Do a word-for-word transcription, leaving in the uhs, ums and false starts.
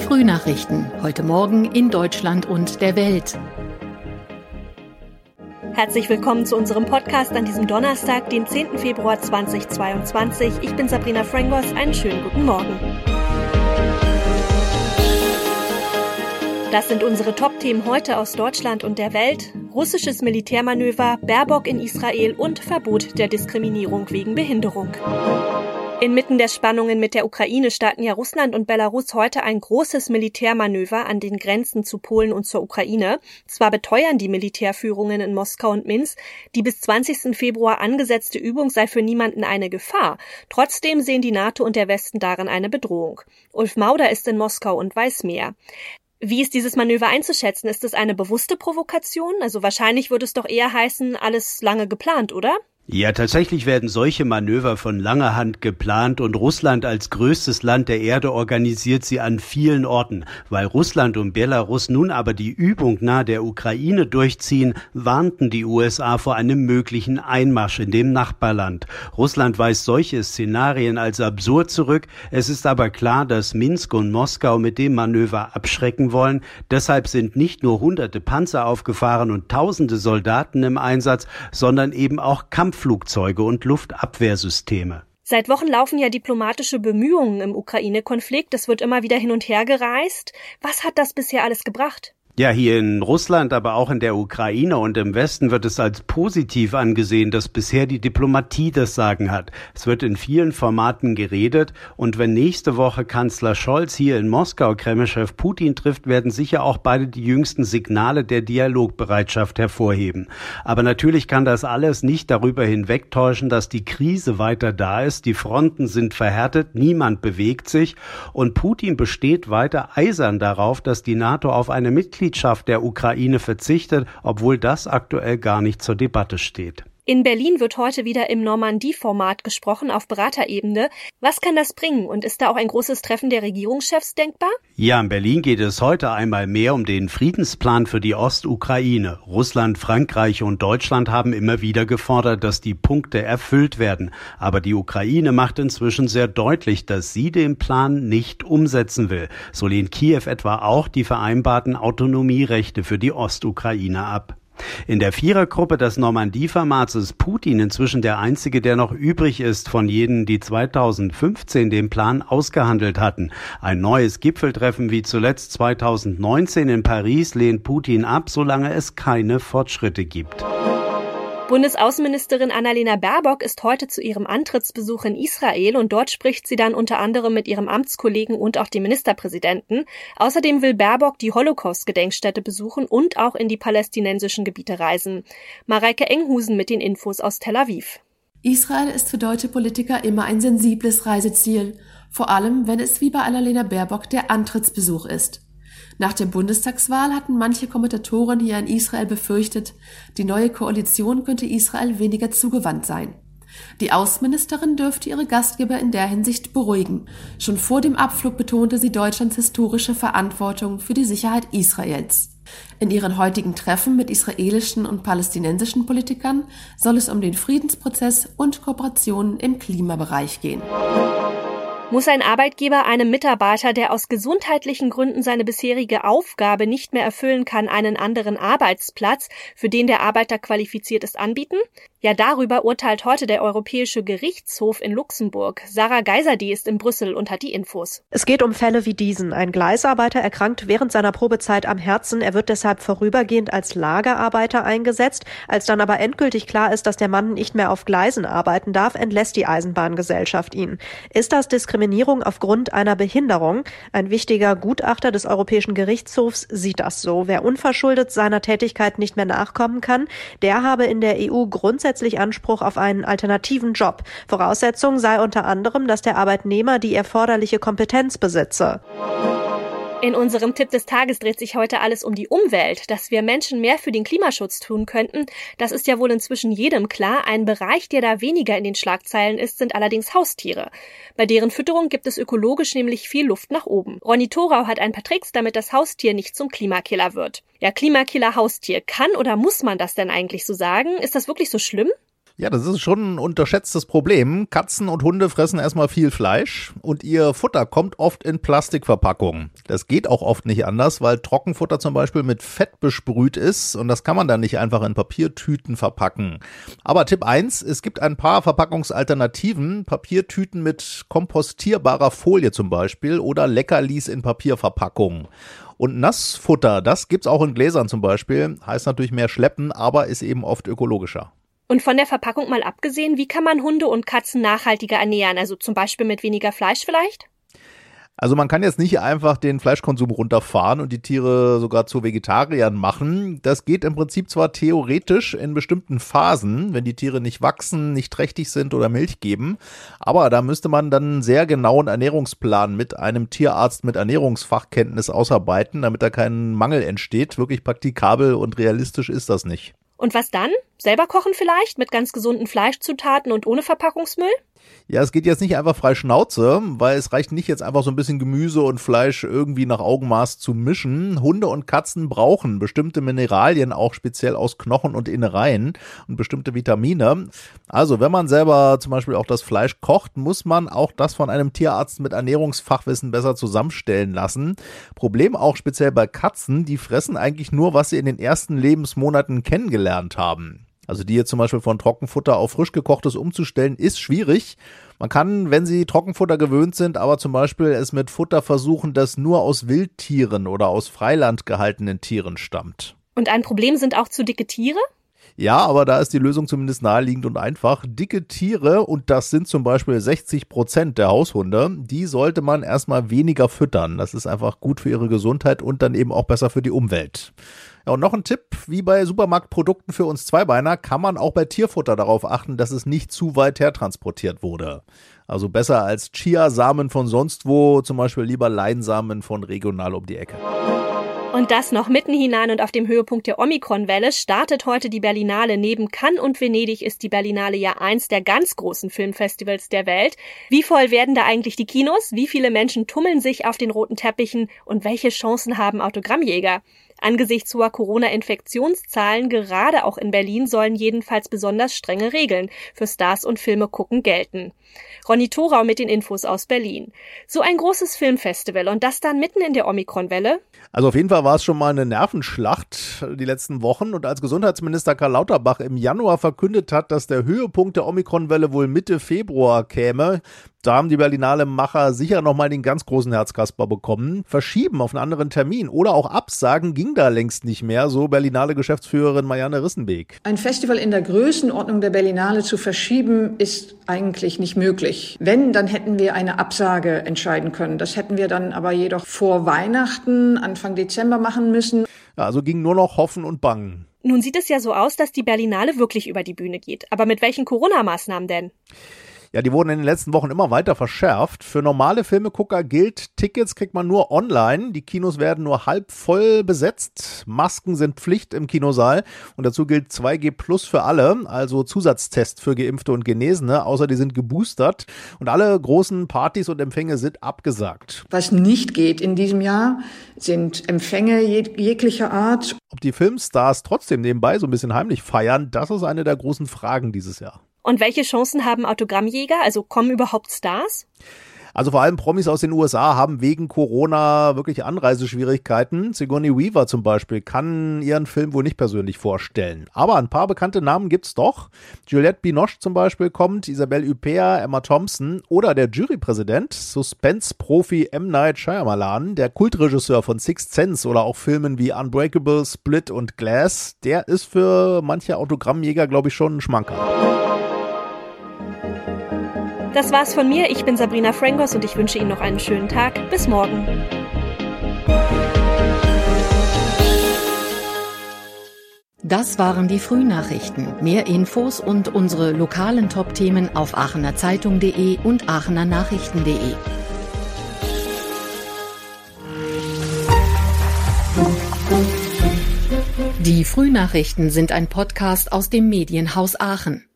Frühnachrichten. Heute Morgen in Deutschland und der Welt. Herzlich willkommen zu unserem Podcast an diesem Donnerstag, dem zehnten Februar zweitausendzweiundzwanzig. Ich bin Sabrina Frangos. Einen schönen guten Morgen. Das sind unsere Top-Themen heute aus Deutschland und der Welt. Russisches Militärmanöver, Baerbock in Israel und Verbot der Diskriminierung wegen Behinderung. Inmitten der Spannungen mit der Ukraine starten ja Russland und Belarus heute ein großes Militärmanöver an den Grenzen zu Polen und zur Ukraine. Zwar beteuern die Militärführungen in Moskau und Minsk, die bis zwanzigsten Februar angesetzte Übung sei für niemanden eine Gefahr. Trotzdem sehen die NATO und der Westen darin eine Bedrohung. Ulf Mauder ist in Moskau und weiß mehr. Wie ist dieses Manöver einzuschätzen? Ist es eine bewusste Provokation? Also wahrscheinlich würde es doch eher heißen, alles lange geplant, oder? Ja, tatsächlich werden solche Manöver von langer Hand geplant und Russland als größtes Land der Erde organisiert sie an vielen Orten. Weil Russland und Belarus nun aber die Übung nahe der Ukraine durchziehen, warnten die U S A vor einem möglichen Einmarsch in dem Nachbarland. Russland weist solche Szenarien als absurd zurück. Es ist aber klar, dass Minsk und Moskau mit dem Manöver abschrecken wollen. Deshalb sind nicht nur hunderte Panzer aufgefahren und tausende Soldaten im Einsatz, sondern eben auch Kampf Flugzeuge und Luftabwehrsysteme. Seit Wochen laufen ja diplomatische Bemühungen im Ukraine-Konflikt. Es wird immer wieder hin und her gereist. Was hat das bisher alles gebracht? Ja, hier in Russland, aber auch in der Ukraine und im Westen wird es als positiv angesehen, dass bisher die Diplomatie das Sagen hat. Es wird in vielen Formaten geredet und wenn nächste Woche Kanzler Scholz hier in Moskau Kremlchef Putin trifft, werden sicher auch beide die jüngsten Signale der Dialogbereitschaft hervorheben. Aber natürlich kann das alles nicht darüber hinwegtäuschen, dass die Krise weiter da ist. Die Fronten sind verhärtet, niemand bewegt sich und Putin besteht weiter eisern darauf, dass die NATO auf eine Mitgliedschaft der Ukraine verzichtet, obwohl das aktuell gar nicht zur Debatte steht. In Berlin wird heute wieder im Normandie-Format gesprochen, auf Beraterebene. Was kann das bringen und ist da auch ein großes Treffen der Regierungschefs denkbar? Ja, in Berlin geht es heute einmal mehr um den Friedensplan für die Ostukraine. Russland, Frankreich und Deutschland haben immer wieder gefordert, dass die Punkte erfüllt werden. Aber die Ukraine macht inzwischen sehr deutlich, dass sie den Plan nicht umsetzen will. So lehnt Kiew etwa auch die vereinbarten Autonomierechte für die Ostukraine ab. In der Vierergruppe des Normandie-Formats ist Putin inzwischen der einzige, der noch übrig ist von jenen, die zweitausendfünfzehn den Plan ausgehandelt hatten. Ein neues Gipfeltreffen wie zuletzt zweitausendneunzehn in Paris lehnt Putin ab, solange es keine Fortschritte gibt. Bundesaußenministerin Annalena Baerbock ist heute zu ihrem Antrittsbesuch in Israel und dort spricht sie dann unter anderem mit ihrem Amtskollegen und auch dem Ministerpräsidenten. Außerdem will Baerbock die Holocaust-Gedenkstätte besuchen und auch in die palästinensischen Gebiete reisen. Mareike Enghusen mit den Infos aus Tel Aviv. Israel ist für deutsche Politiker immer ein sensibles Reiseziel, vor allem wenn es wie bei Annalena Baerbock der Antrittsbesuch ist. Nach der Bundestagswahl hatten manche Kommentatoren hier in Israel befürchtet, die neue Koalition könnte Israel weniger zugewandt sein. Die Außenministerin dürfte ihre Gastgeber in der Hinsicht beruhigen. Schon vor dem Abflug betonte sie Deutschlands historische Verantwortung für die Sicherheit Israels. In ihren heutigen Treffen mit israelischen und palästinensischen Politikern soll es um den Friedensprozess und Kooperationen im Klimabereich gehen. Muss ein Arbeitgeber einem Mitarbeiter, der aus gesundheitlichen Gründen seine bisherige Aufgabe nicht mehr erfüllen kann, einen anderen Arbeitsplatz, für den der Arbeiter qualifiziert ist, anbieten? Ja, darüber urteilt heute der Europäische Gerichtshof in Luxemburg. Sarah Geiserde ist in Brüssel und hat die Infos. Es geht um Fälle wie diesen. Ein Gleisarbeiter erkrankt während seiner Probezeit am Herzen. Er wird deshalb vorübergehend als Lagerarbeiter eingesetzt. Als dann aber endgültig klar ist, dass der Mann nicht mehr auf Gleisen arbeiten darf, entlässt die Eisenbahngesellschaft ihn. Ist das Diskriminierung aufgrund einer Behinderung? Ein wichtiger Gutachter des Europäischen Gerichtshofs sieht das so. Wer unverschuldet seiner Tätigkeit nicht mehr nachkommen kann, der habe in der E U grundsätzlich Anspruch auf einen alternativen Job. Voraussetzung sei unter anderem, dass der Arbeitnehmer die erforderliche Kompetenz besitze. In unserem Tipp des Tages dreht sich heute alles um die Umwelt. Dass wir Menschen mehr für den Klimaschutz tun könnten, das ist ja wohl inzwischen jedem klar. Ein Bereich, der da weniger in den Schlagzeilen ist, sind allerdings Haustiere. Bei deren Fütterung gibt es ökologisch nämlich viel Luft nach oben. Ronny Thorau hat ein paar Tricks, damit das Haustier nicht zum Klimakiller wird. Ja, Klimakiller Haustier. Kann oder muss man das denn eigentlich so sagen? Ist das wirklich so schlimm? Ja, das ist schon ein unterschätztes Problem. Katzen und Hunde fressen erstmal viel Fleisch und ihr Futter kommt oft in Plastikverpackungen. Das geht auch oft nicht anders, weil Trockenfutter zum Beispiel mit Fett besprüht ist und das kann man dann nicht einfach in Papiertüten verpacken. Aber Tipp eins, es gibt ein paar Verpackungsalternativen, Papiertüten mit kompostierbarer Folie zum Beispiel oder Leckerlis in Papierverpackungen. Und Nassfutter, das gibt's auch in Gläsern zum Beispiel, heißt natürlich mehr schleppen, aber ist eben oft ökologischer. Und von der Verpackung mal abgesehen, wie kann man Hunde und Katzen nachhaltiger ernähren? Also zum Beispiel mit weniger Fleisch vielleicht? Also man kann jetzt nicht einfach den Fleischkonsum runterfahren und die Tiere sogar zu Vegetariern machen. Das geht im Prinzip zwar theoretisch in bestimmten Phasen, wenn die Tiere nicht wachsen, nicht trächtig sind oder Milch geben, aber da müsste man dann einen sehr genauen Ernährungsplan mit einem Tierarzt mit Ernährungsfachkenntnis ausarbeiten, damit da kein Mangel entsteht. Wirklich praktikabel und realistisch ist das nicht. Und was dann? Selber kochen vielleicht mit ganz gesunden Fleischzutaten und ohne Verpackungsmüll? Ja, es geht jetzt nicht einfach frei Schnauze, weil es reicht nicht jetzt einfach so ein bisschen Gemüse und Fleisch irgendwie nach Augenmaß zu mischen. Hunde und Katzen brauchen bestimmte Mineralien, auch speziell aus Knochen und Innereien und bestimmte Vitamine. Also wenn man selber zum Beispiel auch das Fleisch kocht, muss man auch das von einem Tierarzt mit Ernährungsfachwissen besser zusammenstellen lassen. Problem auch speziell bei Katzen, die fressen eigentlich nur, was sie in den ersten Lebensmonaten kennengelernt haben. Also die jetzt zum Beispiel von Trockenfutter auf frisch gekochtes umzustellen, ist schwierig. Man kann, wenn sie Trockenfutter gewöhnt sind, aber zum Beispiel es mit Futter versuchen, das nur aus Wildtieren oder aus Freiland gehaltenen Tieren stammt. Und ein Problem sind auch zu dicke Tiere? Ja, aber da ist die Lösung zumindest naheliegend und einfach. Dicke Tiere, und das sind zum Beispiel sechzig Prozent der Haushunde, die sollte man erstmal weniger füttern. Das ist einfach gut für ihre Gesundheit und dann eben auch besser für die Umwelt. Ja, und noch ein Tipp, wie bei Supermarktprodukten für uns Zweibeiner, kann man auch bei Tierfutter darauf achten, dass es nicht zu weit hertransportiert wurde. Also besser als Chiasamen von sonst wo, zum Beispiel lieber Leinsamen von regional um die Ecke. Und das noch mitten hinein und auf dem Höhepunkt der Omikron-Welle startet heute die Berlinale. Neben Cannes und Venedig ist die Berlinale ja eins der ganz großen Filmfestivals der Welt. Wie voll werden da eigentlich die Kinos? Wie viele Menschen tummeln sich auf den roten Teppichen? Und welche Chancen haben Autogrammjäger? Angesichts hoher Corona-Infektionszahlen, gerade auch in Berlin, sollen jedenfalls besonders strenge Regeln für Stars und Filme gucken gelten. Ronny Thorau mit den Infos aus Berlin. So ein großes Filmfestival und das dann mitten in der Omikron-Welle? Also auf jeden Fall war es schon mal eine Nervenschlacht die letzten Wochen. Und als Gesundheitsminister Karl Lauterbach im Januar verkündet hat, dass der Höhepunkt der Omikron-Welle wohl Mitte Februar käme, da haben die Berlinale-Macher sicher nochmal den ganz großen Herzkasper bekommen. Verschieben auf einen anderen Termin oder auch absagen ging da längst nicht mehr, so Berlinale-Geschäftsführerin Marianne Rissenbeek. Ein Festival in der Größenordnung der Berlinale zu verschieben, ist eigentlich nicht möglich. Wenn, dann hätten wir eine Absage entscheiden können. Das hätten wir dann aber jedoch vor Weihnachten, Anfang Dezember machen müssen. Ja, also ging nur noch Hoffen und Bangen. Nun sieht es ja so aus, dass die Berlinale wirklich über die Bühne geht. Aber mit welchen Corona-Maßnahmen denn? Ja, die wurden in den letzten Wochen immer weiter verschärft. Für normale Filmegucker gilt, Tickets kriegt man nur online. Die Kinos werden nur halb voll besetzt. Masken sind Pflicht im Kinosaal. Und dazu gilt zwei G plus für alle, also Zusatztest für Geimpfte und Genesene, außer die sind geboostert. Und alle großen Partys und Empfänge sind abgesagt. Was nicht geht in diesem Jahr, sind Empfänge jeg- jeglicher Art. Ob die Filmstars trotzdem nebenbei so ein bisschen heimlich feiern, das ist eine der großen Fragen dieses Jahr. Und welche Chancen haben Autogrammjäger? Also kommen überhaupt Stars? Also vor allem Promis aus den U S A haben wegen Corona wirklich Anreiseschwierigkeiten. Sigourney Weaver zum Beispiel kann ihren Film wohl nicht persönlich vorstellen. Aber ein paar bekannte Namen gibt's doch. Juliette Binoche zum Beispiel kommt, Isabelle Huppert, Emma Thompson oder der Jurypräsident, Suspense-Profi M. Night Shyamalan, der Kultregisseur von Sixth Sense oder auch Filmen wie Unbreakable, Split und Glass. Der ist für manche Autogrammjäger, glaube ich, schon ein Schmankerl. Das war's von mir. Ich bin Sabrina Frangos und ich wünsche Ihnen noch einen schönen Tag. Bis morgen. Das waren die Frühnachrichten. Mehr Infos und unsere lokalen Top-Themen auf aachener zeitung punkt de und aachener nachrichten punkt de. Die Frühnachrichten sind ein Podcast aus dem Medienhaus Aachen.